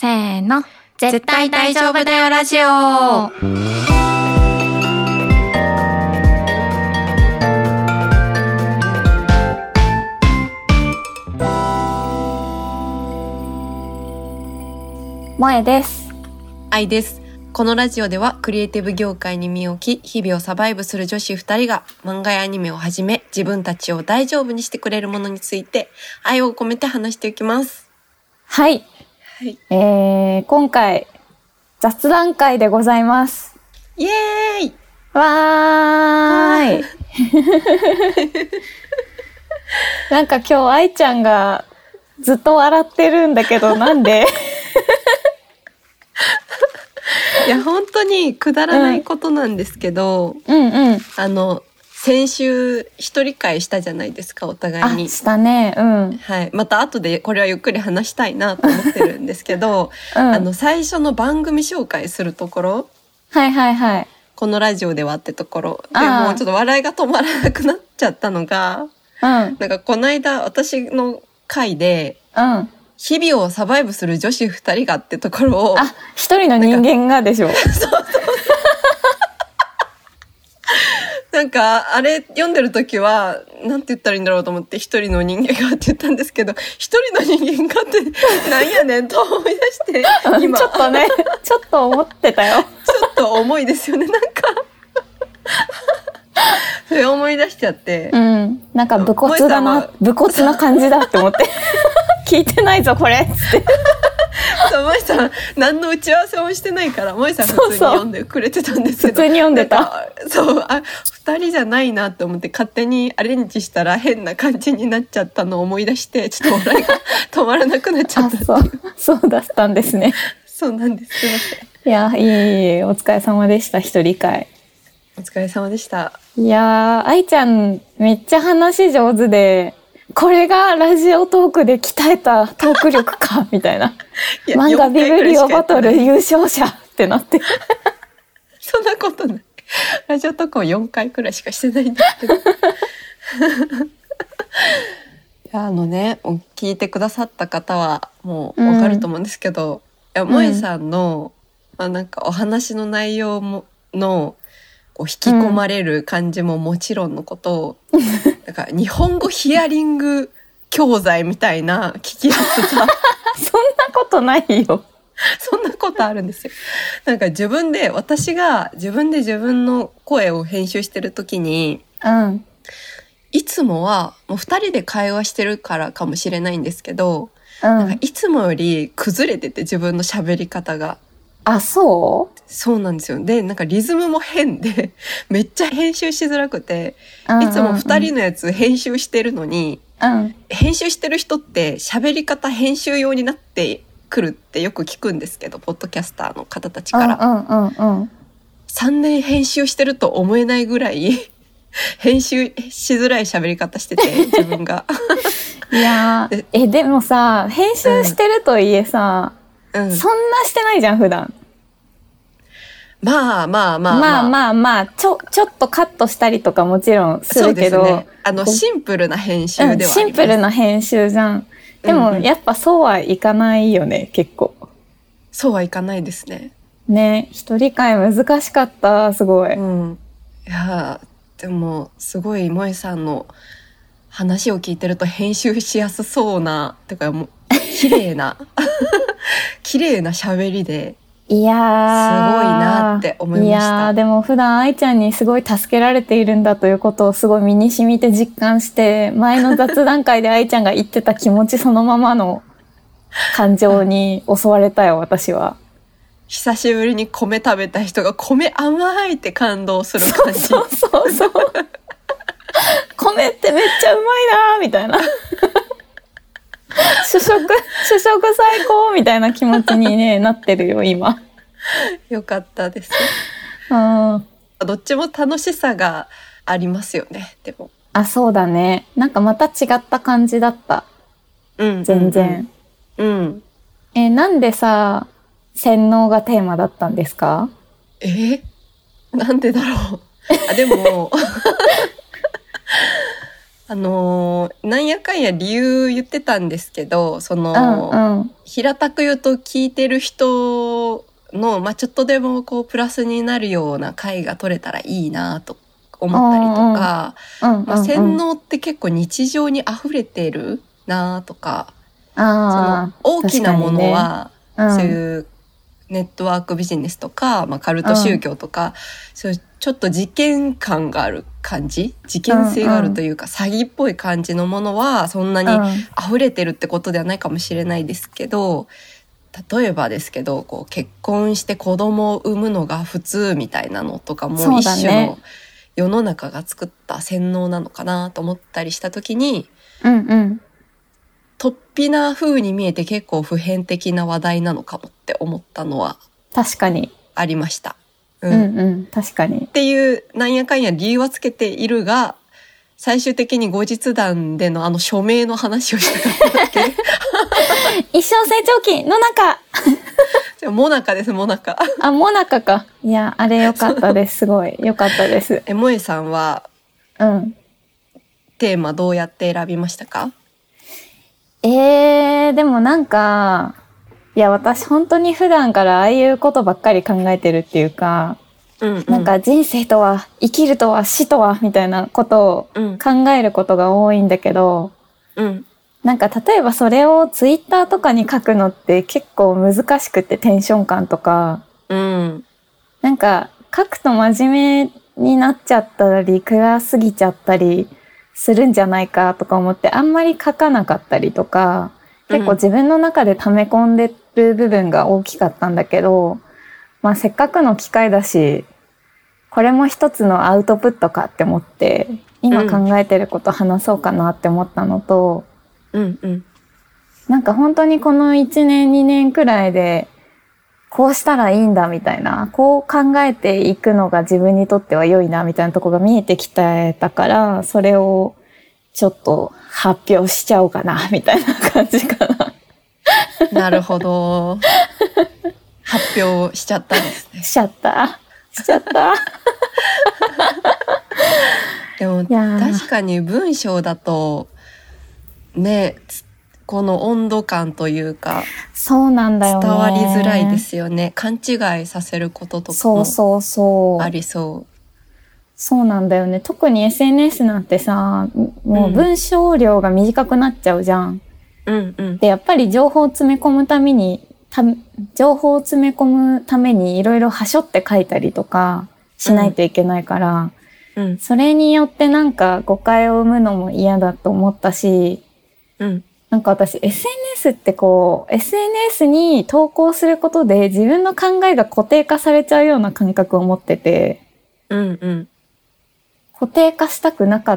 せーの、絶対大丈夫だよラジオ。萌えです。 愛です。このラジオではクリエイティブ業界に身を置き、日々をサバイブする女子2人が漫画やアニメをはじめ、自分たちを大丈夫にしてくれるものについて愛を込めて話していきます。 はい。 はい。 今回雑談会でございます。 イエーイ。 わーい。なんか今日愛ちゃんがずっと笑ってるんだけど、なんで？ いや本当にくだらないことなんですけど、先週一人会したじゃないですか、お互いに。 したね。 はい。また後でこれはゆっくり話したいなと思ってるんですけど、最初の番組紹介するところ、このラジオではってところでもうちょっと笑いが止まらなくなっちゃったのが、なんかこの間私の回で、日々をサバイブする女子2人がってところを、 一人の人間がでしょ。 なんかあれ読んでる時はなんて言ったらいいんだろうと思って、一人の人間がって言ったんですけど、一人の人間がってなんやねんと思い出して今ちょっとね、ちょっと思ってたよ。 ちょっと重いですよね、なんかそれ思い出しちゃって、 なんか武骨だな、武骨な感じだって思って聞いてないぞこれっつって萌さん何の打ち合わせもしてないから、萌さん普通に読んでくれてたんですけど、 普通に読んでた。 2人じゃないなって思って勝手にアレンジしたら変な感じになっちゃったのを思い出して、ちょっと笑いが止まらなくなっちゃったそうだったんですね。 そうなんです。すいません。 いや、いいお疲れ様でした。一人会お疲れ様でした。 いやー、愛ちゃんめっちゃ話上手で、これがラジオトークで鍛えたトーク力かみたいな。漫画ビブリオバトル優勝者ってなってそんなことない。ラジオトークを4回くらいしかしてないんですけどいや聞いてくださった方はもうわかると思うんですけど、萌さんの、なんかお話の内容ものこう引き込まれる感じももちろんのこと、なんか日本語ヒアリング教材みたいな聞きやすさそんなことないよ。 そんなことあるんですよ。なんか私が自分で自分の声を編集してる時に、いつもはもう2人で会話してるからかもしれないんですけど、なんかいつもより崩れてて、自分の喋り方が。そうなんですよ。で、なんかリズムも変でめっちゃ編集しづらくて、いつも2人のやつ編集してるのに、編集してる人って喋り方編集用になってくるってよく聞くんですけど、ポッドキャスターの方たちから、3年編集してると思えないぐらい編集しづらい喋り方してて、自分がいやでもさ、編集してるとはいえさ、そんなしてないじゃん普段。まあちょっとカットしたりとかもちろんするけど、 そうですね、シンプルな編集ではあります。 シンプルな編集じゃん。でもやっぱそうはいかないよね、結構。 そうはいかないですね。 ね、一人会難しかった、すごい。 いやでもすごい萌さんの話を聞いてると編集しやすそうな、てかもう綺麗な綺麗な喋りで、すごいなって思いました。いやでも普段愛ちゃんにすごい助けられているんだということをすごい身に染みて実感して、前の雑談会で愛ちゃんが言ってた気持ちそのままの感情に襲われたよ、私は。 久しぶりに米食べた人が米甘いって感動する感じ。 そう米ってめっちゃうまいなみたいな主食最高みたいな気持ちに、ね、なってるよ今。 よかったです。どっちも楽しさがありますよね。でもそうだね、なんかまた違った感じだった。全然。なんでさ、洗脳がテーマだったんですか？ なんでだろうでもなんやかんや理由言ってたんですけど、平たく言うと聞いてる人の、ちょっとでもこうプラスになるような回が取れたらいいなと思ったりとか、洗脳って結構日常に溢れてるなとか、その大きなものは、そういうネットワークビジネスとか、カルト宗教とか、そういうちょっと事件感がある感じ、事件性があるというか、詐欺っぽい感じのものはそんなに溢れてるってことではないかもしれないですけど、例えばですけど、こう結婚して子供を産むのが普通みたいなのとかも一種の世の中が作った洗脳なのかなと思ったりした時に、突飛な風に見えて結構普遍的な話題なのかもって思ったのは確かにありました。 確かに。っていうなんやかんや理由はつけているが、最終的に後日談での署名の話をしたかっただけ。 一生成長期の中。 モナカです、モナカ。 モナカか。いや、あれ良かったです。すごい良かったです。 萌えさんは、テーマどうやって選びましたか？ でもなんか、いや、私本当に普段からああいうことばっかり考えてるっていうか、なんか人生とは、生きるとは、死とは、みたいなことを考えることが多いんだけど、なんか例えばそれをツイッターとかに書くのって結構難しくて、テンション感とか、なんか書くと真面目になっちゃったり、暗すぎちゃったりするんじゃないかとか思って、あんまり書かなかったりとか、結構自分の中で溜め込んでる部分が大きかったんだけど、せっかくの機会だし、これも一つのアウトプットかって思って、今考えてること話そうかなって思ったのと、なんか本当にこの1年2年くらいで、こうしたらいいんだみたいな、こう考えていくのが自分にとっては良いなみたいなところが見えてきたから、それをちょっと発表しちゃおうかなみたいな感じかな。 なるほど。発表しちゃったんですね。 しちゃった。 でも確かに文章だとね、この温度感というか、 そうなんだよね。 伝わりづらいですよね。勘違いさせることとかもありそう。 そうなんだよね。特に SNS なんてさ、もう文章量が短くなっちゃうじゃん。で、やっぱり情報を詰め込むためにいろいろはしょって書いたりとかしないといけないから、それによってなんか誤解を生むのも嫌だと思ったし、なんか私 SNS ってSNS に投稿することで自分の考えが固定化されちゃうような感覚を持ってて、固定化したくなかった。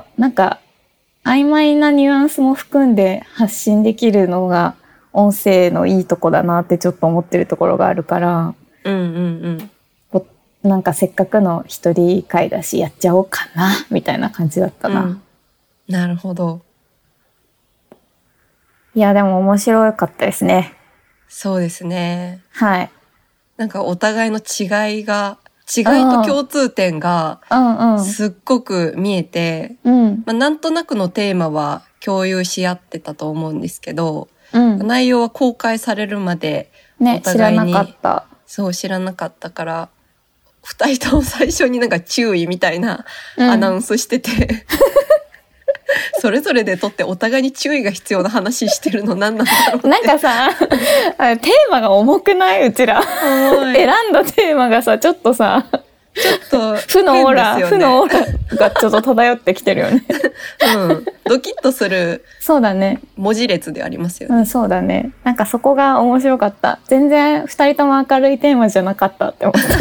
なんか曖昧なニュアンスも含んで発信できるのが音声のいいとこだなってちょっと思ってるところがあるから、なんかせっかくの一人会だしやっちゃおうかなみたいな感じだったな。 なるほど。 いやでも面白かったですね。 そうですね。 はい。 なんかお互いの違いと共通点がすっごく見えて、なんとなくのテーマは共有し合ってたと思うんですけど、内容は公開されるまでお互いに、知らなかったから、二人とも最初になんか注意みたいなアナウンスしてて、それぞれでとってお互いに注意が必要な話してるの何なんだろうって。 なんかさ、テーマが重くない？うちら。選んだテーマがさ、ちょっとさ、 ちょっと負のオーラがちょっと漂ってきてるよね。 ドキッとする。 そうだね。 文字列でありますよね。 そうだね。なんかそこが面白かった。全然二人とも明るいテーマじゃなかったって思って。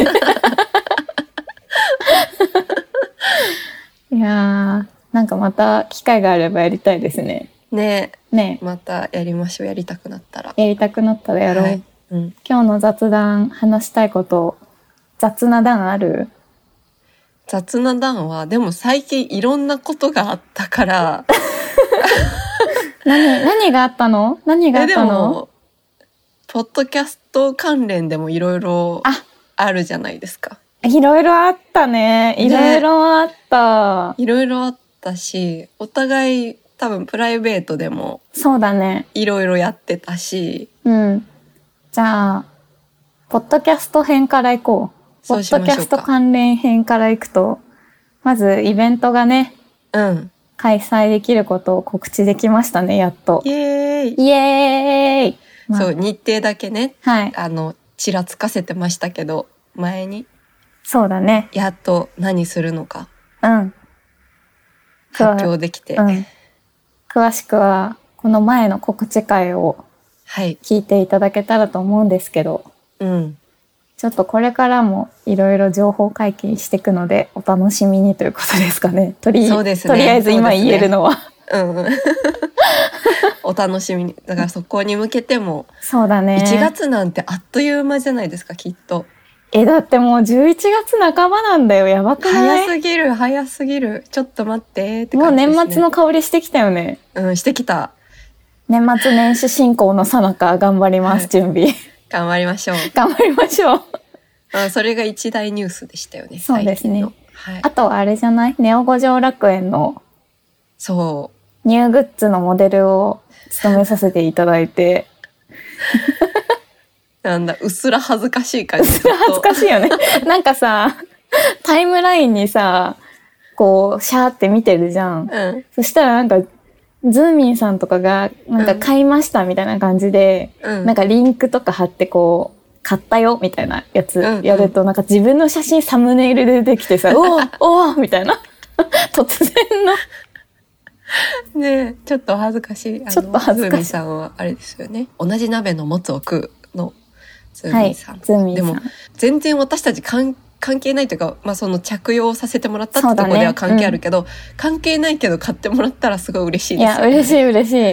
いやー。なんかまた機会があればやりたいですね。 ね。またやりましょう。やりたくなったらやろう。今日の雑談話したいこと、雑な談ある？ 雑な談は、でも最近いろんなことがあったから。 何があったの？ でも、ポッドキャスト関連でもいろいろあるじゃないですか。 いろいろあったね。いろいろあったし、お互い多分プライベートでもそうだね。 いろいろやってたし。 うん。じゃあ、ポッドキャスト編から行こう。ポッドキャスト関連編から行くと、まずイベントがね、 うん。 開催できることを告知できましたね、やっと。 イエーイ。 イエーイ、 そう、日程だけね、 はい。 ちらつかせてましたけど、前に。 そうだね。 やっと何するのか。 うん。 発表できて。 うん。詳しくは、この前の告知会を聞いていただけたらと思うんですけど、 うん。 ちょっとこれからもいろいろ情報解禁していくので、お楽しみにということですかね。 そうですね。 とりあえず今言えるのは。 うん。お楽しみに。だからそこに向けても。 そうだね。 1月なんてあっという間じゃないですか、きっと。 だってもう11月半ばなんだよ。やばくない？ 早すぎる。ちょっと待ってって感じですね。 もう年末の香りしてきたよね。 うん、してきた。 年末年始進行の最中頑張ります、はい、準備。 頑張りましょう。 頑張りましょう。 それが一大ニュースでしたよね。 そうですね。 はい、 あとはあれじゃない？ネオ五条楽園のそうニューグッズのモデルを務めさせていただいて。 なんだ、うっすら恥ずかしい感じ。 うっすら恥ずかしいよね。なんかさ、タイムラインにさ、こう、シャーって見てるじゃん。 うん、 そしたらなんか、ズーミンさんとかが、なんか買いましたみたいな感じで、 うん、 なんかリンクとか貼ってこう、買ったよみたいなやつやると、なんか自分の写真サムネイルでできてさ、おーみたいな。突然の。ねえ、ちょっと恥ずかしい。 ちょっと恥ずかしい。 ズーミンさんはあれですよね。同じ鍋のもつを食うのズーミンさん。 はい、ズーミンさん。 でも、全然私たち関係ないというか、まあその着用させてもらったってところでは関係あるけど、関係ないけど買ってもらったらすごい嬉しいですよね。 いや、嬉しい。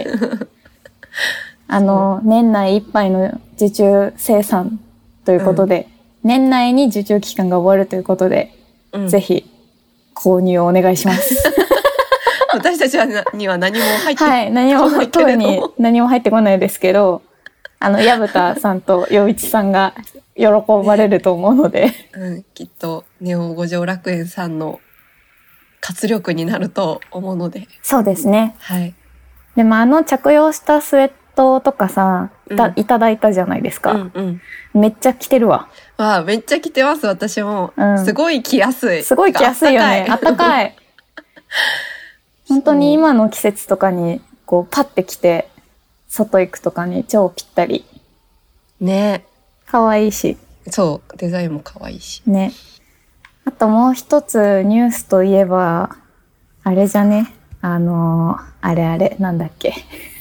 年内いっぱいの受注生産ということで、年内に受注期間が終わるということで、ぜひ購入をお願いします。 私たちには何も入ってこないけれども。 はい、特に何も入ってこないですけど、矢蓋さんと陽一さんが喜ばれると思うので、 きっとネオ五条楽園さんの活力になると思うので。 そうですね。 はい。 でも着用したスウェットとかさ、いただいたじゃないですか。めっちゃ着てるわ。 めっちゃ着てます、私も。すごい着やすい。 すごい着やすいよね。あったかい。本当に今の季節とかにこうパッて着て外行くとかに超ぴったり。ね。可愛いし。 そう、デザインも可愛いし。 ね。あともう一つニュースといえば、あれじゃね。あれ、なんだっけ。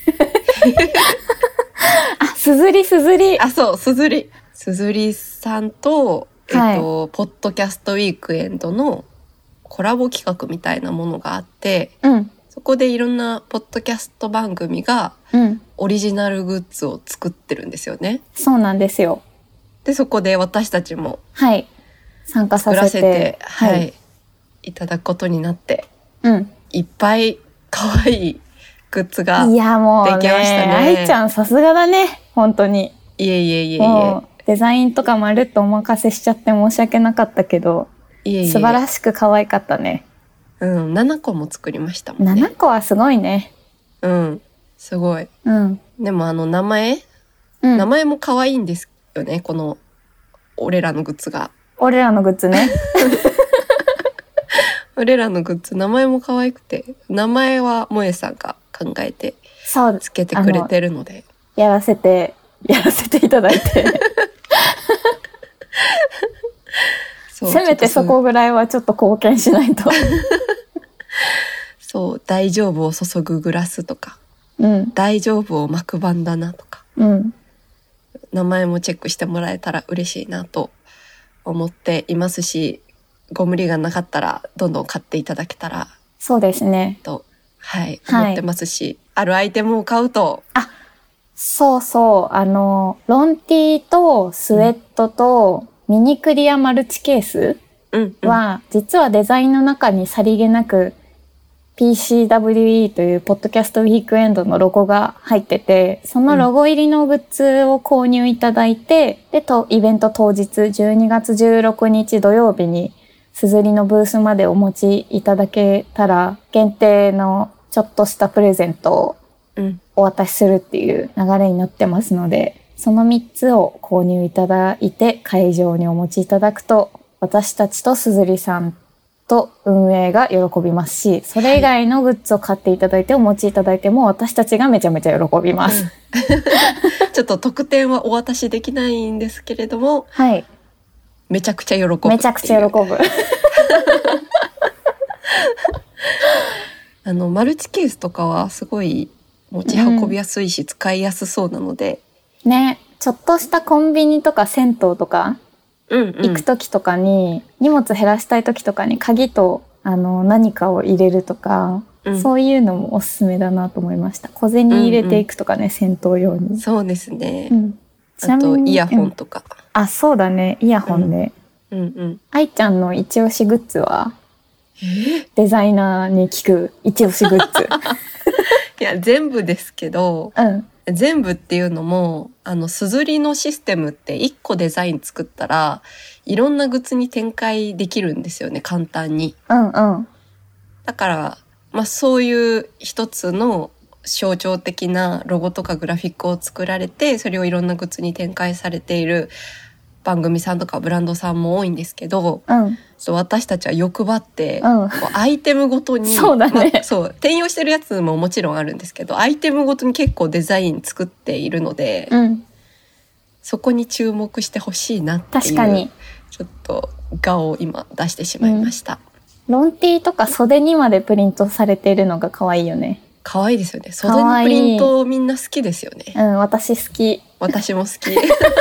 すずり。 そう、すずり。すずりさんと、ポッドキャストウィークエンドのコラボ企画みたいなものがあって、そこでいろんなポッドキャスト番組がオリジナルグッズを作ってるんですよね。 そうなんですよ。 で、そこで私たちも参加させて、 いただくことになって、いっぱい可愛いグッズができましたね。 愛ちゃんさすがだね、本当に。 いえ。 デザインとかまるっとお任せしちゃって申し訳なかったけど、素晴らしく可愛かったね。 7個も作りましたもんね。 7個はすごいね。 すごい。でも名前も可愛いんですよね、この俺らのグッズが。 俺らのグッズね。 俺らのグッズ、名前も可愛くて、名前は萌さんが考えてつけてくれてるので。 やらせていただいて。せめてそこぐらいはちょっと貢献しないと。 そう、大丈夫を注ぐグラスとか、大丈夫を巻くバンダナとか、名前もチェックしてもらえたら嬉しいなと思っていますし、ご無理がなかったらどんどん買っていただけたら。 そうですね。 と、思ってますし、あるアイテムを買うと。 そうそう、ロンティーとスウェットと、ミニクリアマルチケースは、実はデザインの中にさりげなく PCWE というポッドキャストウィークエンドのロゴが入ってて、そのロゴ入りのグッズを購入いただいて、で、イベント当日12月16日土曜日にすずりのブースまでお持ちいただけたら、限定のちょっとしたプレゼントをお渡しするっていう流れになってますので、その3つを購入いただいて会場にお持ちいただくと、私たちとすずりさんと運営が喜びますし、それ以外のグッズを買っていただいてお持ちいただいても私たちがめちゃめちゃ喜びます。 ちょっと特典はお渡しできないんですけれども、 はい。 めちゃくちゃ喜ぶ。 めちゃくちゃ喜ぶ。 マルチケースとかはすごい持ち運びやすいし、使いやすそうなので。 ね、ちょっとしたコンビニとか銭湯とか、行く時とかに、荷物減らしたい時とかに鍵と何かを入れるとか、そういうのもおすすめだなと思いました。小銭入れていくとかね、銭湯用に。 そうですね。あとイヤホンとか。 あ、そうだね、イヤホンね。愛ちゃんの一押しグッズは？デザイナーに聞く一押しグッズ。 いや、全部ですけど、全部っていうのも、すずりのシステムって1個デザイン作ったら、いろんなグッズに展開できるんですよね、簡単に。だから、そういう一つの象徴的なロゴとかグラフィックを作られて、それをいろんなグッズに展開されている番組さんとかブランドさんも多いんですけど、私たちは欲張って、アイテムごとに、 そうだね、 転用してるやつももちろんあるんですけど、アイテムごとに結構デザイン作っているので、そこに注目してほしいなっていう、 確かにちょっと画を今出してしまいました。 ロンティーとか袖にまでプリントされているのが可愛いよね。 可愛いですよね。袖のプリントみんな好きですよね。 私好き。 私も好き。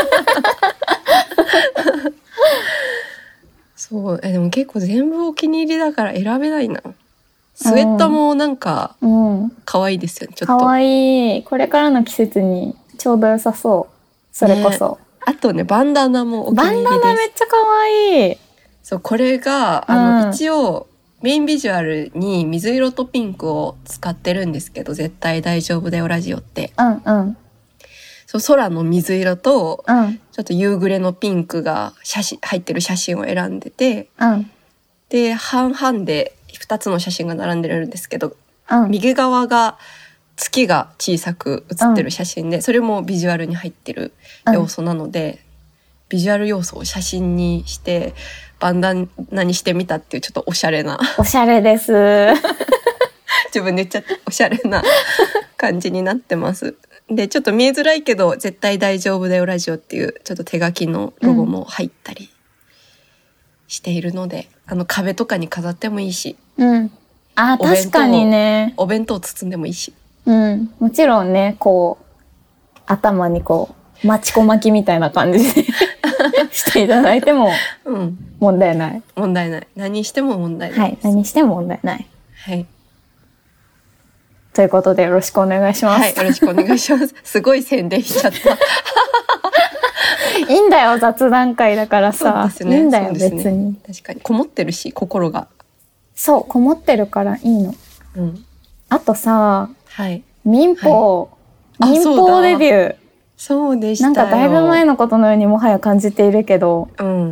そう、でも結構全部お気に入りだから選べないな。スウェットもなんか可愛いですよね。ちょっと可愛い。これからの季節にちょうど良さそう。それこそ。 あとね、バンダナもお気に入りです。 バンダナめっちゃ可愛い。 そう、これが一応メインビジュアルに水色とピンクを使ってるんですけど、絶対大丈夫だよラジオって。そう、空の水色と、ちょっと夕暮れのピンクが入ってる写真を選んでて、で、半々で2つの写真が並んでるんですけど、右側が月が小さく写ってる写真で、それもビジュアルに入ってる要素なので、ビジュアル要素を写真にして、バンダナにしてみたっていうちょっとおしゃれな。 おしゃれです。 自分で言っちゃっておしゃれな感じになってます。で、ちょっと見えづらいけど、絶対大丈夫だよラジオっていうちょっと手書きのロゴも入ったりしているので、壁とかに飾ってもいいし。 あ、確かにね。 お弁当包んでもいいし。 もちろんね、こう、頭にこう、マチコ巻きみたいな感じでしていただいても、問題ない。 問題ない。何しても問題ないです。 はい、何しても問題ない。 はい。 ということでよろしくお願いします。 はい、よろしくお願いします。すごい宣伝しちゃった。 いいんだよ、雑談会だからさ。いいんだよ、別に。 確かに。こもってるし、心が。 そう、こもってるからいいの。あとさ、民放デビュー。 そうでしたよ。 なんかだいぶ前のことのようにもはや感じているけど、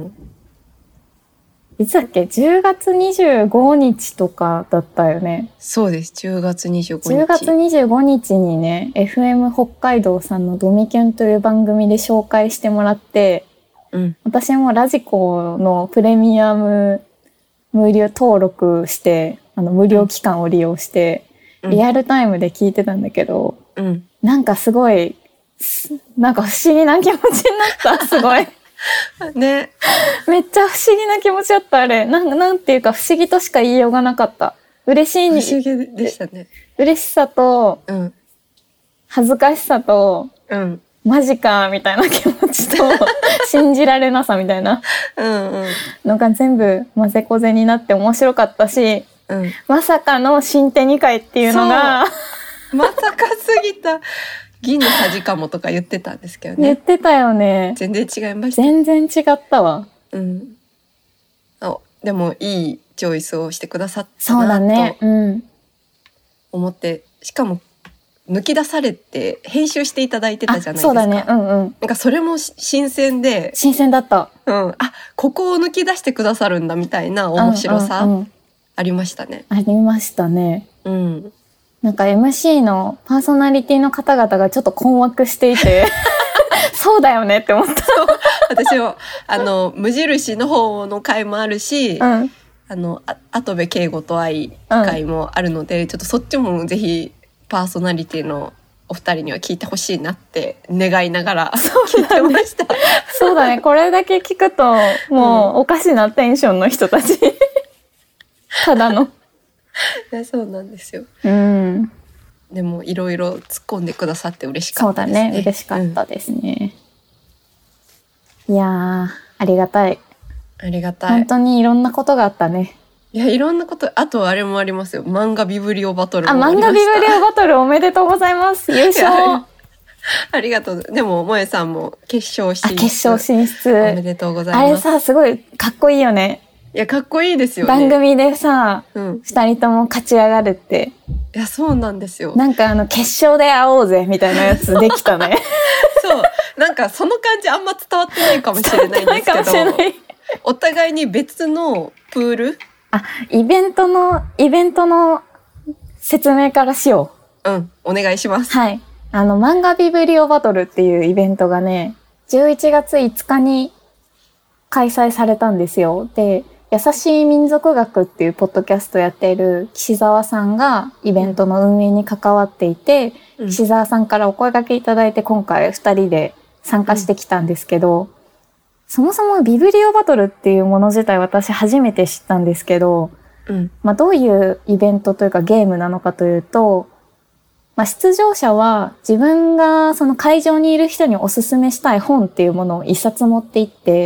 いつだっけ ?10 月25日とかだったよね。 そうです。10月25日。 10月25日にね、FM 北海道さんのドミキュンという番組で紹介してもらって、私もラジコのプレミアム無料登録して、無料期間を利用して、リアルタイムで聞いてたんだけど、なんかすごい、なんか不思議な気持ちになった、すごい。 ね。 めっちゃ不思議な気持ちだった、あれ。なんていうか不思議としか言いようがなかった。嬉しいに。 不思議でしたね。 嬉しさと、恥ずかしさと、マジか、みたいな気持ちと、信じられなさみたいなのが全部混ぜこぜになって面白かったし、まさかの新手2回っていうのが、 まさかすぎた。銀のさじかもとか言ってたんですけどね。 言ってたよね。 全然違いました。 全然違ったわ。 でもいいチョイスをしてくださったなと思って、 しかも抜き出されて編集していただいてたじゃないですか。 そうだね。うんうん。 なんかそれも新鮮で。 新鮮だった。 うん。ここを抜き出してくださるんだみたいな面白さ、ありましたね。 ありましたね。 うん。 なんか MC のパーソナリティの方々がちょっと困惑していて、そうだよねって思った。 私も、無印の方の回もあるし、 うん、 跡部圭吾と愛回もあるので、ちょっとそっちもぜひパーソナリティのお二人には聞いてほしいなって願いながら聞いてました。 そうだね。これだけ聞くと、もうおかしなテンションの人たち。ただの。 いや、そうなんですよ。 うん。 でもいろいろ突っ込んでくださって嬉しかったですね。 そうだね。嬉しかったですね。いやー、ありがたい。 ありがたい。 本当にいろんなことがあったね。 いや、いろんなこと、あとあれもありますよ。漫画ビブリオバトルもありました。 漫画ビブリオバトルおめでとうございます。優勝。 ありがとう。でも、萌さんも決勝進出。 決勝進出。おめでとうございます。 あれさ、すごいかっこいいよね。 いや、かっこいいですよね。 番組でさ、二人とも勝ち上がるって。 いや、そうなんですよ。 なんか決勝で会おうぜみたいなやつできたね。 そう。なんかその感じあんま伝わってないかもしれないんですけど。お互いに別のプール？ イベントの説明からしよう。うん、お願いします。 はい。漫画ビブリオバトルっていうイベントがね、11月5日に開催されたんですよ。で、優しい民族学っていうポッドキャストやっている岸沢さんがイベントの運営に関わっていて、岸沢さんからお声掛けいただいて今回2人で参加してきたんですけど、そもそもビブリオバトルっていうもの自体私初めて知ったんですけど、どういうイベントというかゲームなのかというと、出場者は自分がその会場にいる人におすすめしたい本っていうものを一冊持って行って、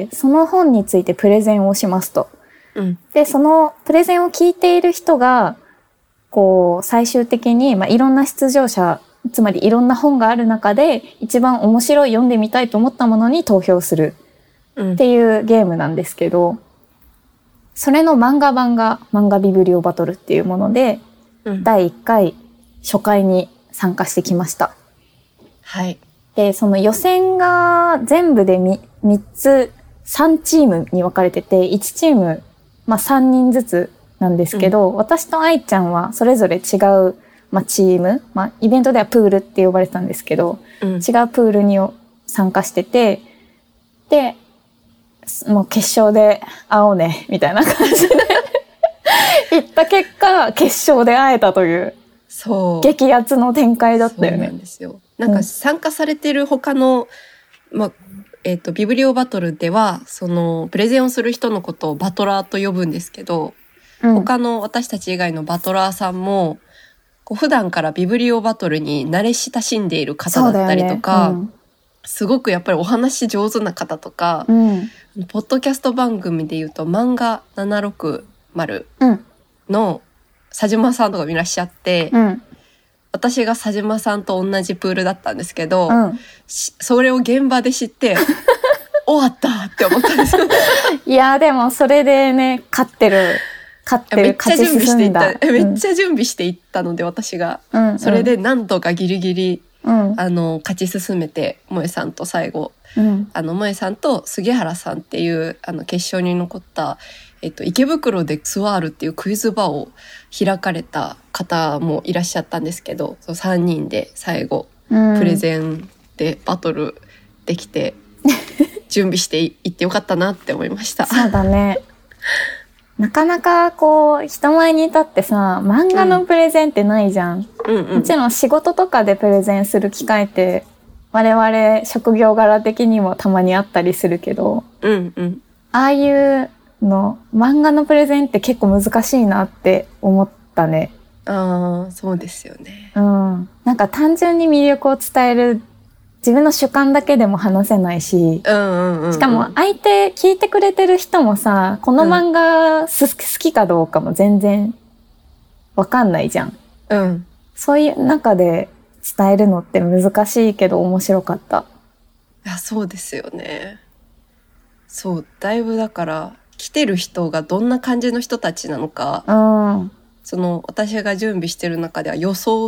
その本についてプレゼンをしますと。で、そのプレゼンを聞いている人が、最終的に、いろんな出場者、つまりいろんな本がある中で、一番面白い読んでみたいと思ったものに投票するっていうゲームなんですけど、それの漫画版が漫画ビブリオバトルっていうもので、第1回初回に参加してきました。 はい。 で、その予選が全部で3つ、3チームに分かれてて、1チーム、3人ずつなんですけど、私と愛ちゃんはそれぞれ違う、チーム、イベントではプールって呼ばれてたんですけど、違うプールに参加してて、で、もう決勝で会おうね、みたいな感じで行った結果、決勝で会えたという。 そう。 激アツの展開だったよね。 そうなんですよ。なんか参加されてる他の、ビブリオバトルでは、その、プレゼンをする人のことをバトラーと呼ぶんですけど、他の私たち以外のバトラーさんも、普段からビブリオバトルに慣れ親しんでいる方だったりとか、すごくやっぱりお話上手な方とか、ポッドキャスト番組で言うと、漫画760の佐島さんとかいらっしゃって、私が佐島さんと同じプールだったんですけど、それを現場で知って終わったって思ったんですよ。 いやでもそれでね、勝ってるめっちゃ準備していった、めっちゃ準備していったので私が、それで何とかギリギリ、勝ち進めて、萌さんと最後、萌さんと杉原さんっていう決勝に残った、池袋でツアールっていうクイズバーを開かれた方もいらっしゃったんですけど、その3人で最後、プレゼンでバトルできて、準備していってよかったなって思いました。 そうだね。なかなか人前に立ってさ、漫画のプレゼンってないじゃん。もちろん仕事とかでプレゼンする機会って我々職業柄的にもたまにあったりするけど、ああいうの漫画のプレゼンって結構難しいなって思ったね。 そうですよね。 なんか単純に魅力を伝える自分の主観だけでも話せないし、しかも聞いてくれてる人もさ、この漫画好きかどうかも全然わかんないじゃん。そういう中で伝えるのって難しいけど面白かった。 いや、そうですよね。そう、だいぶだから来てる人がどんな感じの人たちなのか、その私が準備してる中では予想し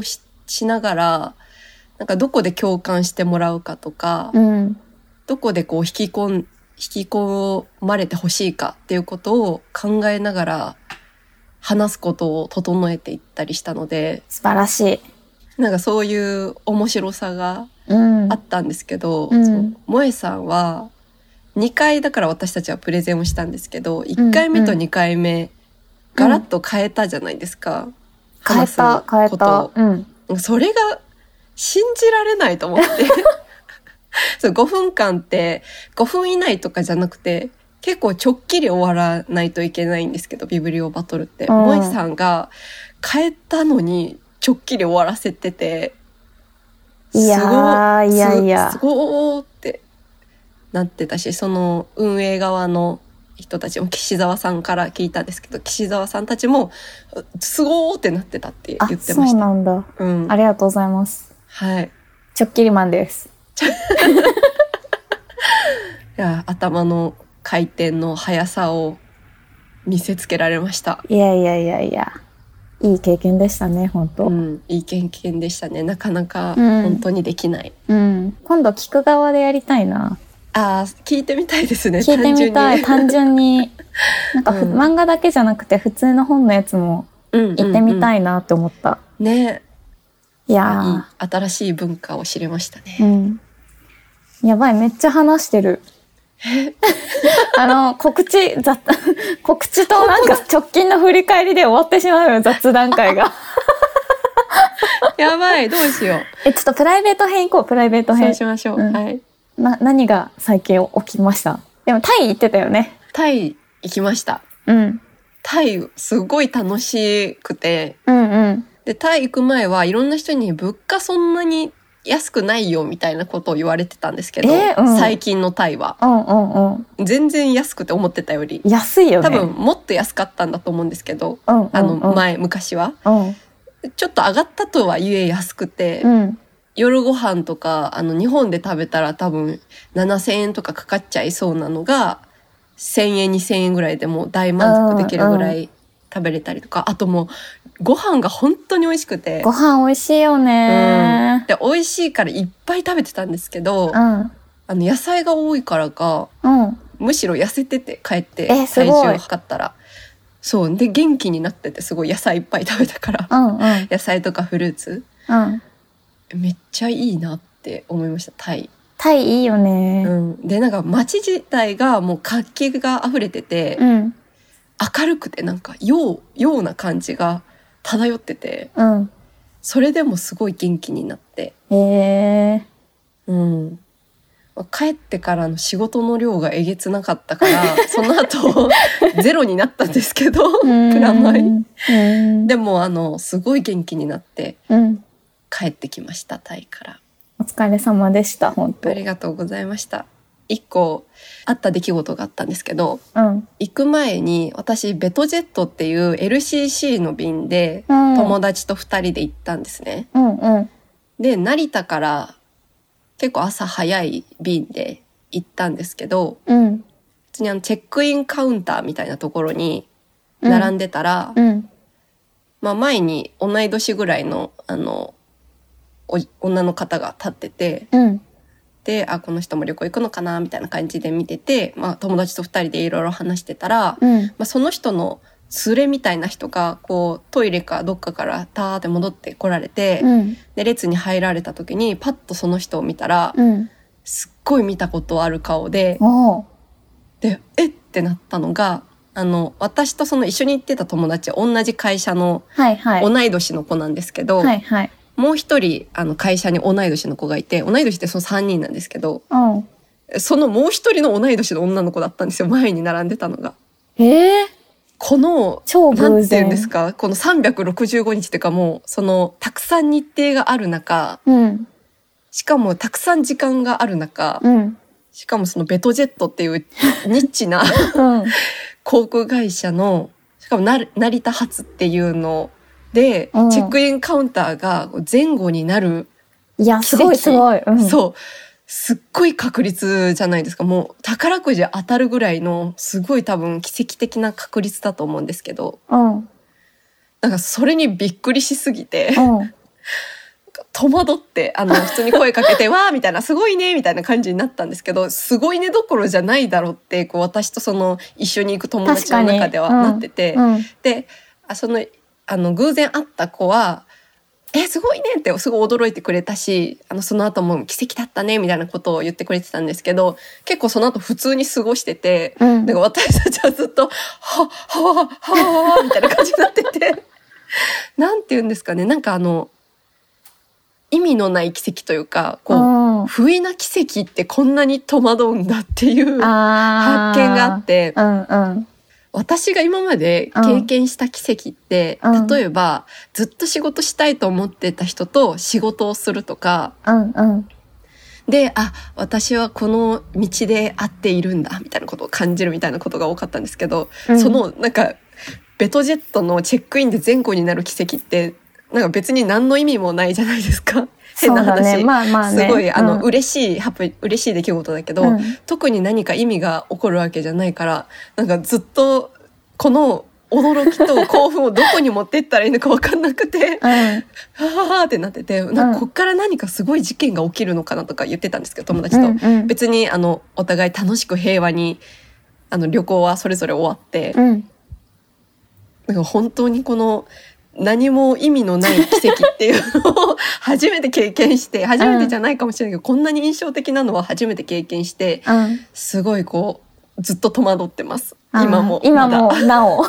しながら、なんかどこで共感してもらうかとか、どこでこう引き込まれてほしいかっていうことを考えながら話すことを整えていったりしたので、 素晴らしい。 なんかそういう面白さがあったんですけど、萌えさんは2回だから私たちはプレゼンをしたんですけど、1回目と2回目、ガラッと変えたじゃないですか。 変えた。 それが信じられないと思ってそう5分間って5分以内とかじゃなくて結構ちょっきり終わらないといけないんですけど、ビブリオバトルって、萌えさんが変えたのにちょっきり終わらせてて、 いやすごーってなってたし、その運営側の人たちも岸澤さんから聞いたんですけど、岸澤さんたちもすごーってなってたって言ってました。 そうなんだ、ありがとうございます。 はい、 ちょっきりマンですいや、頭の回転の速さを見せつけられました。 いやいい経験でしたね、本当。 いい経験でしたね。なかなか本当にできない。 今度聞く側でやりたいな。 聞いてみたいですね。 聞いてみたい。単純になんか、漫画だけじゃなくて普通の本のやつも行ってみたいなって思った。 ね。 いやー、新しい文化を知れましたね。 やばい、めっちゃ話してる。告知となんか直近の振り返りで終わってしまうよ、雑談会が。 やばい、どうしよう。ちょっとプライベート編行こう、プライベート編。 そうしましょう。はい。 何が最近起きました？でもタイ行ってたよね。 タイ行きました。タイすごい楽しくて。で、タイ行く前はいろんな人に物価そんなに安くないよみたいなことを言われてたんですけど、最近のタイは、全然安くて思ってたより安いよね。 多分もっと安かったんだと思うんですけど、昔は、ちょっと上がったとはいえ安くて、夜ご飯とか日本で食べたら多分7,000円とかかかっちゃいそうなのが1,000円2,000円ぐらいでもう大満足できるぐらい食べれたりとか、あともうご飯が本当に美味しくて。 ご飯美味しいよね。 で美味しいからいっぱい食べてたんですけど、野菜が多いからか、むしろ痩せてて帰って体重を測ったら、そうで元気になってて、すごい野菜いっぱい食べたから、野菜とかフルーツ、めっちゃいいなって思いました。タイいいよね。 でなんか街自体がもう活気が溢れてて、明るくてなんか陽な感じが漂ってて、それでもすごい元気になって、帰ってからの仕事の量がえげつなかったからその後ゼロになったんですけどプラマイでもすごい元気になって帰ってきました、タイから。 お疲れ様でした。本当ありがとうございました。一個あった出来事があったんですけど、行く前に私ベトジェットっていう LCC の便で友達と2人で行ったんですね。で成田から結構朝早い便で行ったんですけど、普通にチェックインカウンターみたいなところに並んでたら、前に同い年ぐらいの女の方が立ってて、でこの人も旅行行くのかなみたいな感じで見てて、友達と2人でいろいろ話してたら、その人の連れみたいな人がこうトイレかどっかからターって戻ってこられて、で列に入られた時にパッとその人を見たら、すっごい見たことある顔で、でえってなったのが、私とその一緒に行ってた友達同じ会社の同い年の子なんですけど、もう一人会社に同い年の子がいて、同い年ってその3人なんですけど、そのもう一人の同い年の女の子だったんですよ、前に並んでたのが。この超偶然、 なんていうんですか、この365日っていうか、もうそのたくさん日程がある中、しかもたくさん時間がある中、しかもそのベトジェットっていうニッチな、航空会社の、しかも成田発っていうので、チェックインカウンターが前後になる奇跡。いやすごいすごい、 そうすっごい確率じゃないですか。もう宝くじ当たるぐらいのすごい多分奇跡的な確率だと思うんですけど、なんかそれにびっくりしすぎて、 戸惑って、普通に声かけて、わーみたいな、すごいねみたいな感じになったんですけど、すごいねどころじゃないだろうって、こう私とその一緒に行く友達の中ではなってて、で、偶然会った子は、すごいねってすごい驚いてくれたし、その後も奇跡だったねみたいなことを言ってくれてたんですけど、結構その後普通に過ごしてて、なんか私たちはずっと、はみたいな感じになってて、なんて言うんですかね、なんか意味のない奇跡というか、こう、不意な奇跡ってこんなに戸惑うんだっていう発見があって、私が今まで経験した奇跡って、例えばずっと仕事したいと思ってた人と仕事をするとか、で、私はこの道で合っているんだみたいなことを感じるみたいなことが多かったんですけど、そのなんかベトジェットのチェックインで前後になる奇跡ってなんか別に何の意味もないじゃないですか。変な話、すごい嬉しい出来事だけど、特に何か意味が起こるわけじゃないから、なんかずっとこの驚きと興奮をどこに持ってったらいいのか分かんなくて、はーってなってて、なんかこっから何かすごい事件が起きるのかなとか言ってたんですけど、友達と、別にお互い楽しく平和に旅行はそれぞれ終わって、なんか本当にこの何も意味のない奇跡っていうのを初めて経験して、初めてじゃないかもしれないけど、こんなに印象的なのは初めて経験して、すごいこうずっと戸惑ってます。今もなお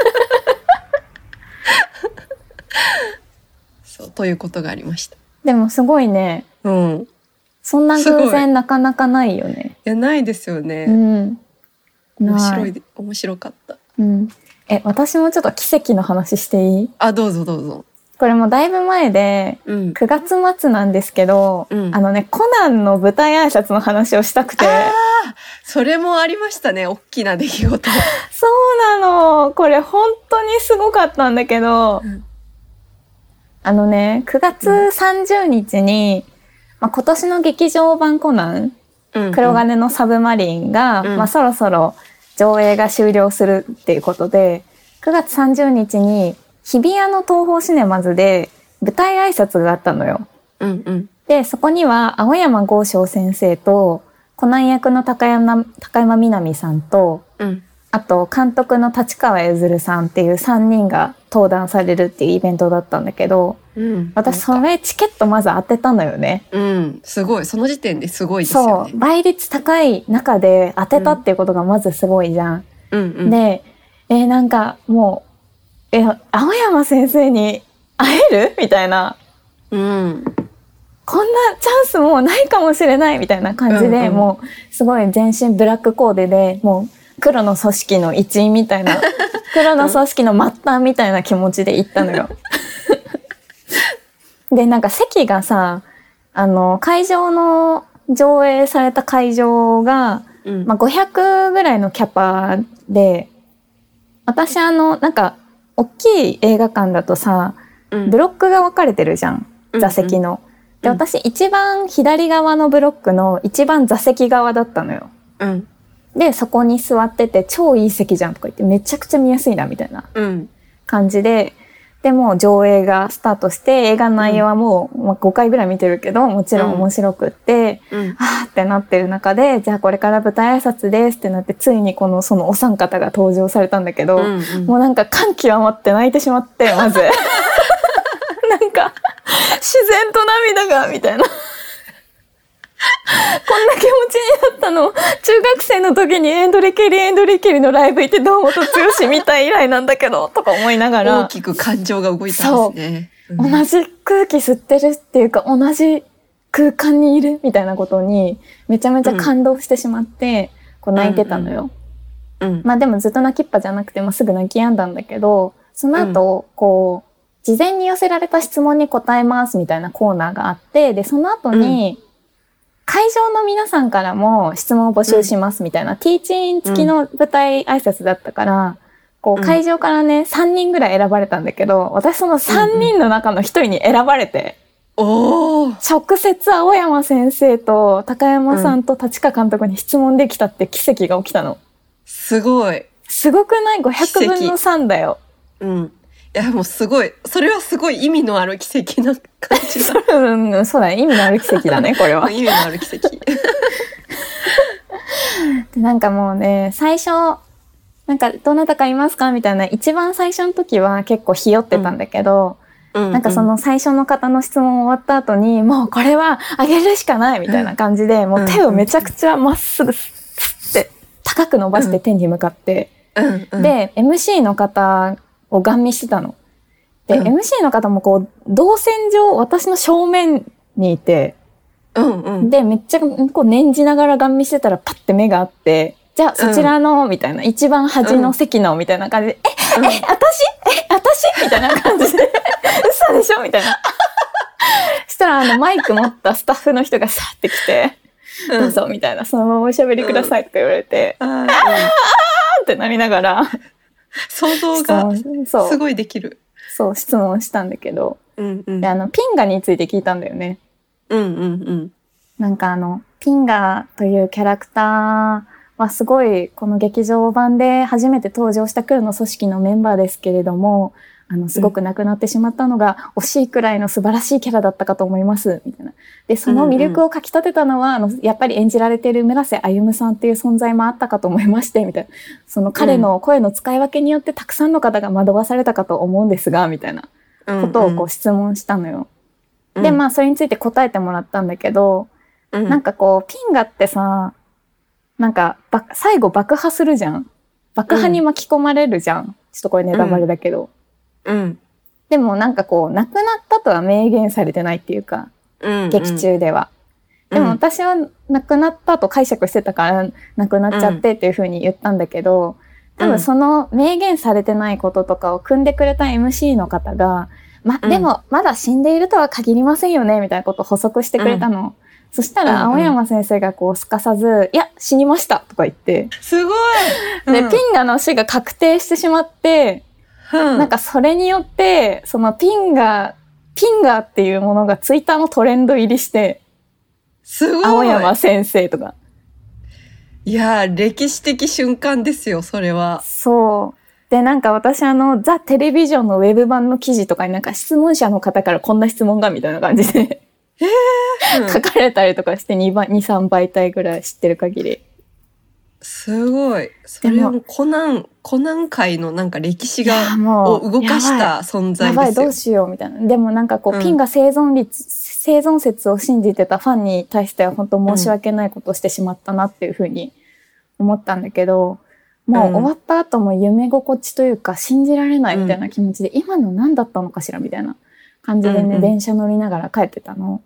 そうということがありました。 でもすごいね。そんな偶然なかなかないよね。 いや、ないですよね。面白かった。 私もちょっと奇跡の話していい？ どうぞどうぞ。 これもだいぶ前で、9月末なんですけど、コナンの舞台挨拶の話をしたくて。 それもありましたね、大きな出来事。 そうなの。これ本当にすごかったんだけど、9月30日に、今年の劇場版コナン、黒金のサブマリンが、そろそろ上映が終了するっていうことで、9月30日に日比谷の東宝シネマズで舞台挨拶があったのよ。で、そこには青山剛昌先生とコナン役の高山みなみさんと、あと監督の立川譲さんっていう3人が登壇されるっていうイベントだったんだけど、私それチケットまず当てたのよね。 すごい。その時点ですごいですよね。 そう、倍率高い中で当てたっていうことがまずすごいじゃん。で、なんかもう青山先生に会えるみたいな、こんなチャンスもうないかもしれないみたいな感じで、もうすごい全身ブラックコーデで、もう黒の組織の一員みたいな黒の組織の末端みたいな気持ちで行ったのよ。で、なんか席がさ、会場の上映された会場が、500ぐらいのキャパで、私なんか大きい映画館だとさ、ブロックが分かれてるじゃん、座席の。で、私一番左側のブロックの一番座席側だったのよ。で、そこに座ってて超いい席じゃんとか言ってめちゃくちゃ見やすいなみたいな感じで、でも上映がスタートして映画の内容はもう、5回ぐらい見てるけどもちろん面白くって、ってなってる中で、じゃあこれから舞台挨拶ですってなって、ついにそのお三方が登場されたんだけど、もうなんか感極まって泣いてしまって、まずなんか自然と涙がみたいなこんな気持ちになったの中学生の時にエンドリケリのライブ行って堂本剛見た以来なんだけどとか思いながら、 大きく感情が動いたんですね。 同じ空気吸ってるっていうか、同じ空間にいるみたいなことにめちゃめちゃ感動してしまって、泣いてたのよ。でもずっと泣きっぱじゃなくて、すぐ泣き止んだんだけど、その後、事前に寄せられた質問に答えますみたいなコーナーがあって、でその後に、会場の皆さんからも質問を募集しますみたいな、ティーチン付きの舞台挨拶だったから、会場からね、3人ぐらい選ばれたんだけど、私その3人の中の1人に選ばれて、直接青山先生と高山さんと立川監督に質問できたって奇跡が起きたの。 すごい。 すごくない？ 500 分の3だよ。 や、もうすごい、それはすごい意味のある奇跡な感じだ。 そうだね。意味のある奇跡だね、これは。 意味のある奇跡。 でなんかもうね、最初、なんかどなたかいますかみたいな、一番最初の時は結構ひよってたんだけど、なんかその最初の方の質問終わった後に、もうこれはあげるしかないみたいな感じで、もう手をめちゃくちゃまっすぐスッて高く伸ばして天に向かって、で、MC の方をガン見してたの。で、MC の方もこう、動線上、私の正面にいて、で、めっちゃこう念じながらガン見してたらパッて目があって、じゃあそちらの、みたいな、一番端の席の、みたいな感じで、私みたいな感じで、嘘でしょみたいな。したらマイク持ったスタッフの人がさーって来て、どうぞみたいな、そのままおしゃべりくださいとか言われて、あーってなりながら、 想像がすごいできる。 そう、質問したんだけど、でピンガについて聞いたんだよね。なんかピンガというキャラクターはすごい、この劇場版で初めて登場した黒の組織のメンバーですけれども、すごく亡くなってしまったのが惜しいくらいの素晴らしいキャラだったかと思います、みたいな。で、その魅力をかき立てたのは、やっぱり演じられている村瀬歩さんっていう存在もあったかと思いまして、みたいな。その彼の声の使い分けによってたくさんの方が惑わされたかと思うんですが、みたいなことをこう質問したのよ。で、まあ、それについて答えてもらったんだけど、なんかこう、ピンガってさ、なんか、最後爆破するじゃん。爆破に巻き込まれるじゃん。ちょっとこれネタバレだけど。でもなんかこう、亡くなったとは明言されてないっていうか、劇中では。でも私は亡くなったと解釈してたから亡くなっちゃってっていう風に言ったんだけど、多分その明言されてないこととかを組んでくれた MC の方が、でもまだ死んでいるとは限りませんよね、みたいなことを補足してくれたの。そしたら青山先生がこうすかさず、いや、死にましたとか言って。 すごい、 で、ピンガの死が確定してしまって、なんかそれによって、そのピンガーっていうものがツイッターのトレンド入りして、 すごい。 青山先生とか。 いやー、歴史的瞬間ですよ、それは。 そう。で、なんか私ザ・テレビジョンのウェブ版の記事とかになんか質問者の方からこんな質問がみたいな感じで書かれたりとかして2、3媒体ぐらい知ってる限り。 すごい。それはもうコナン界のなんか歴史を動かした存在ですよ。 やばい、どうしようみたいな。でもなんかこう、ピンが生存説を信じてたファンに対しては本当申し訳ないことをしてしまったなっていうふうに思ったんだけど、もう終わった後も夢心地というか信じられないみたいな気持ちで、今の何だったのかしらみたいな感じでね、電車乗りながら帰ってたの。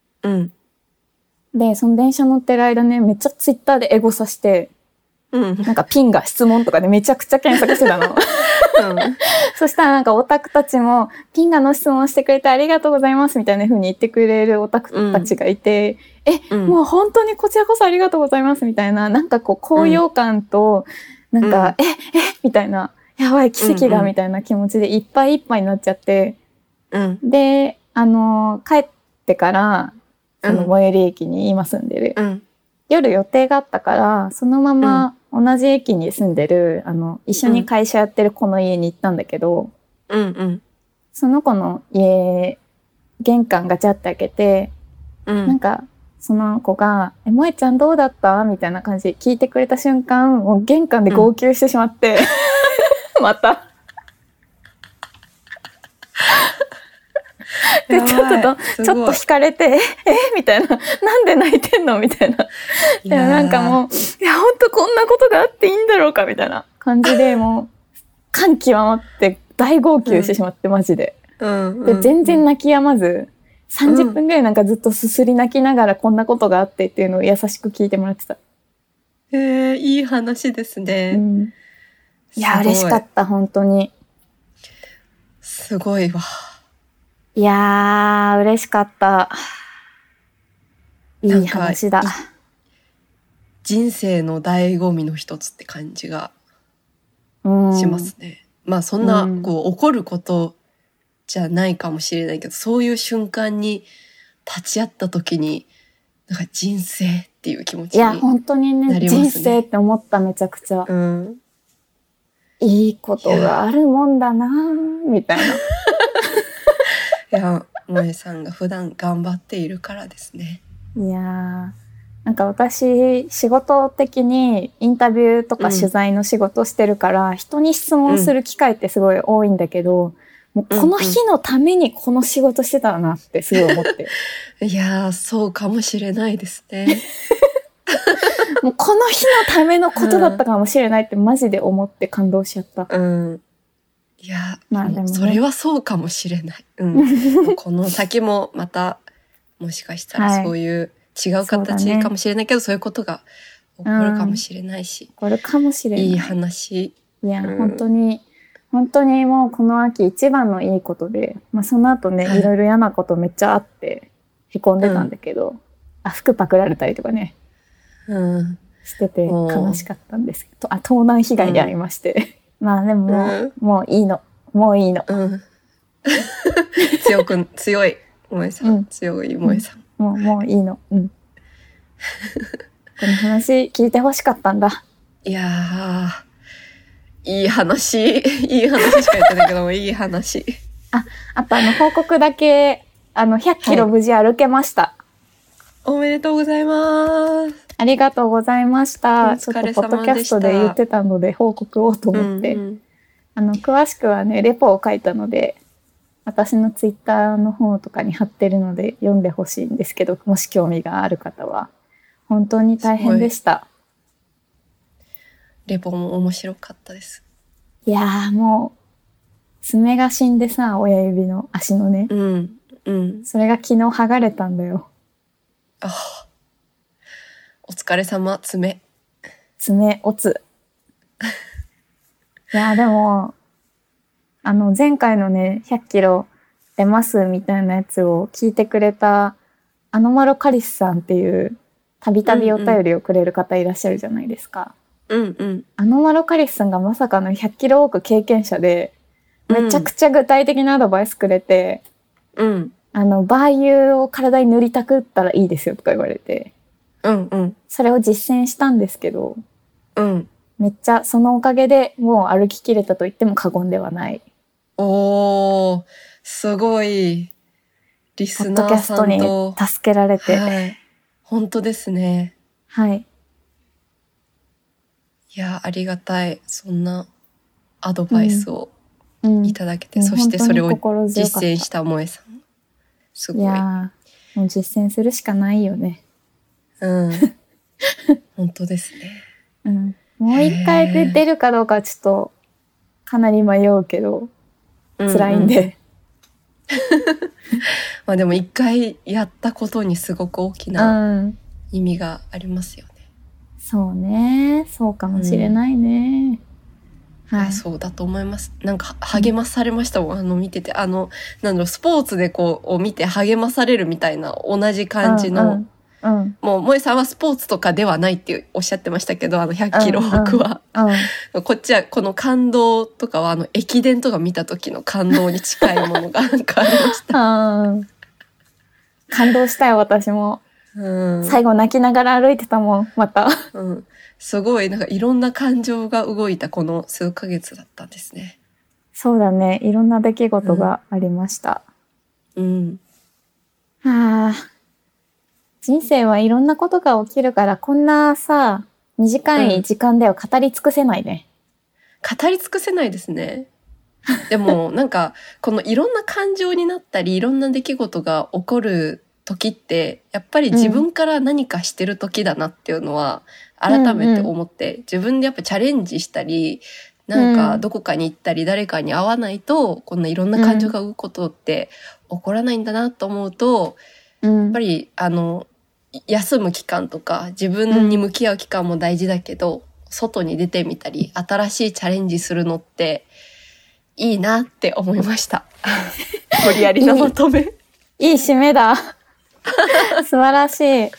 で、その電車乗ってる間ね、めっちゃツイッターでエゴサして、なんかピンが質問とかでめちゃくちゃ検索してたの。そしたらなんかオタクたちも、ピンガの質問してくれてありがとうございますみたいな風に言ってくれるオタクたちがいて、もう本当にこちらこそありがとうございますみたいな、なんかこう高揚感と、なんか、みたいな、やばい奇跡だみたいな気持ちでいっぱいいっぱいになっちゃって、で、帰ってから、その最寄り駅に今住んでる。夜予定があったから、そのまま同じ駅に住んでる、一緒に会社やってる子の家に行ったんだけど、その子の家、玄関ガチャって開けて、なんか、その子が、萌ちゃんどうだったみたいな感じで聞いてくれた瞬間、もう玄関で号泣してしまって、また。で、ちょっと惹かれて、みたいな。なんで泣いてんのみたいな。でもなんかもう、いや、ほんとこんなことがあっていいんだろうかみたいな感じで、もう、感極まって大号泣してしまって、マジで。で、全然泣き止まず、30分ぐらいなんかずっとすすり泣きながらこんなことがあってっていうのを優しく聞いてもらってた。 いい話ですね。 いや、嬉しかった、本当に。 すごいわ。 いやー、嬉しかった。いい話だ。 人生の醍醐味の一つって感じがしますね。まあそんな、こう、起こることじゃないかもしれないけど、そういう瞬間に立ち会った時に、なんか人生っていう気持ちになりますね。 いや、本当にね、人生って思った、めちゃくちゃ。 いいことがあるもんだなみたいな。いや、萌えさんが普段頑張っているからですね。 いやー、なんか私、仕事的にインタビューとか取材の仕事してるから、人に質問する機会ってすごい多いんだけど、もうこの日のためにこの仕事してたなってすごい思って。 いやー、そうかもしれないですね。 もうこの日のためのことだったかもしれないってマジで思って感動しちゃった。 いや、 まあでもね、 それはそうかもしれない。この先もまた、もしかしたらそういう違う形かもしれないけど、そういうことが起こるかもしれないし。 起こるかもしれない。 いい話。 いや、本当にもうこの秋一番のいいことで、まあその後ね、いろいろ嫌なことめっちゃあって、凹んでたんだけど、服パクられたりとかね。してて悲しかったんですけど、盗難被害に遭いまして。まあでももういいの。もういいの。 強い萌えさん。強い萌えさん。 もういいの。この話聞いてほしかったんだ。 いやー、いい話しか言ってないけども、いい話。 あと報告だけ、100キロ無事歩けました。 おめでとうございます。 ありがとうございました。ちょっとポッドキャストで言ってたので報告をと思って。詳しくはね、レポを書いたので、私のツイッターの方とかに貼ってるので読んでほしいんですけど、もし興味がある方は。本当に大変でした。 レポも面白かったです。 いやーもう、爪が死んでさ、親指の足のね。それが昨日剥がれたんだよ。 お疲れ様、爪おつ。いや、でも、前回のね、100キロ出ますみたいなやつを聞いてくれた、アノマロカリスさんっていう、たびたびお便りをくれる方いらっしゃるじゃないですか。アノマロカリスさんがまさかの100キロウォーク経験者で、めちゃくちゃ具体的なアドバイスくれて、バー油を体に塗りたくったらいいですよとか言われて、それを実践したんですけど、めっちゃそのおかげでもう歩ききれたと言っても過言ではない。 すごい。リスナーさんと。 ポッドキャストに助けられて。 はい。本当ですね。 はい。 いや、ありがたい。そんなアドバイスをいただけて、そしてそれを実践した萌えさん。すごい。いやもう実践するしかないよね。 本当ですね。 もう一回で出るかどうかはちょっとかなり迷うけど、辛いんで。 まあでも一回やったことにすごく大きな意味がありますよね。 そうね。そうかもしれないね。 そうだと思います。なんか励まされましたもん。見てて、なんだろう、スポーツでこう、見て励まされるみたいな同じ感じの、もう、萌えさんはスポーツとかではないっておっしゃってましたけど、100キロ枠は。こっちは、この感動とかは、駅伝とか見た時の感動に近いものがなんかありました。 感動したよ、私も。最後泣きながら歩いてたもん、また。 すごい、なんかいろんな感情が動いたこの数ヶ月だったんですね。 そうだね。いろんな出来事がありました。人生はいろんなことが起きるから、こんなさ、短い時間では語り尽くせないね。 語り尽くせないですね。でも、なんか、このいろんな感情になったり、いろんな出来事が起こる時って、やっぱり自分から何かしてる時だなっていうのは、改めて思って、自分でやっぱチャレンジしたり、なんかどこかに行ったり誰かに会わないと、こんないろんな感情が動くことって起こらないんだなと思うと、やっぱり休む期間とか自分に向き合う期間も大事だけど、外に出てみたり新しいチャレンジするのっていいなって思いました。無理やりなまとめ。 いい締めだ。素晴らしい。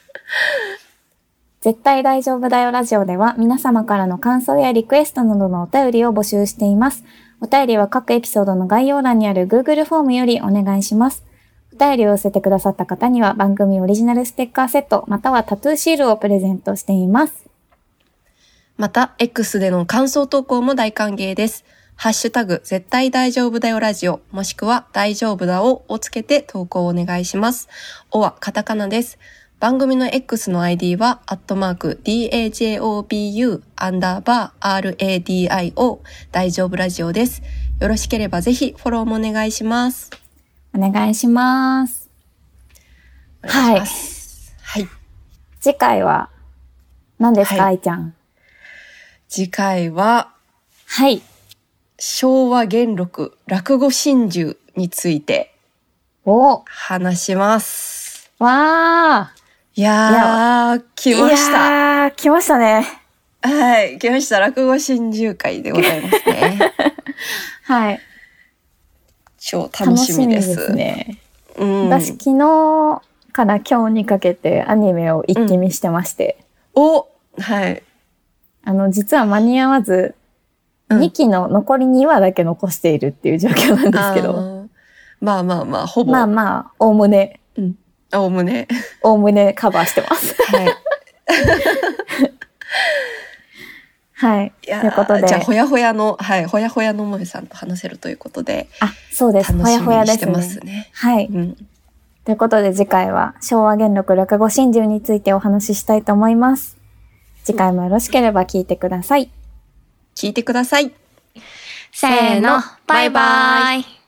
絶対大丈夫だよラジオでは皆様からの感想やリクエストなどのお便りを募集しています。お便りは各エピソードの概要欄にある Google フォームよりお願いします。お便りを寄せてくださった方には番組オリジナルステッカーセットまたはタトゥーシールをプレゼントしています。 また、X での感想投稿も大歓迎です。ハッシュタグ、絶対大丈夫だよラジオ、もしくは大丈夫だをつけて投稿をお願いします。おはカタカナです。番組の X の ID は、@DAJOBU_RADIO 大丈夫ラジオです。よろしければぜひフォローもお願いします。 お願いします。はい。はい。次回は何ですか、愛ちゃん。 次回は、 はい。 昭和元禄落語心中について話します。 わー。 いやー、来ました。 いやー、来ましたね。 はい、来ました。落語心中会でございますね。 はい。 超楽しみです。 楽しみですね。私昨日から今日にかけてアニメを一気見してまして。 はい。 実は間に合わず、2期の残り2話だけ残しているっていう状況なんですけど。 まあ、ほぼ。 おおむね。 おおむねカバーしてます。はい。はい。ということで。 じゃあ、ほやほやの萌さんと話せるということで。 そうです。ほやほやですね。 楽しみにしてますね。 はい。ということで、次回は昭和元禄落語心中についてお話ししたいと思います。次回もよろしければ聞いてください。 聞いてください。 せーの、バイバイ。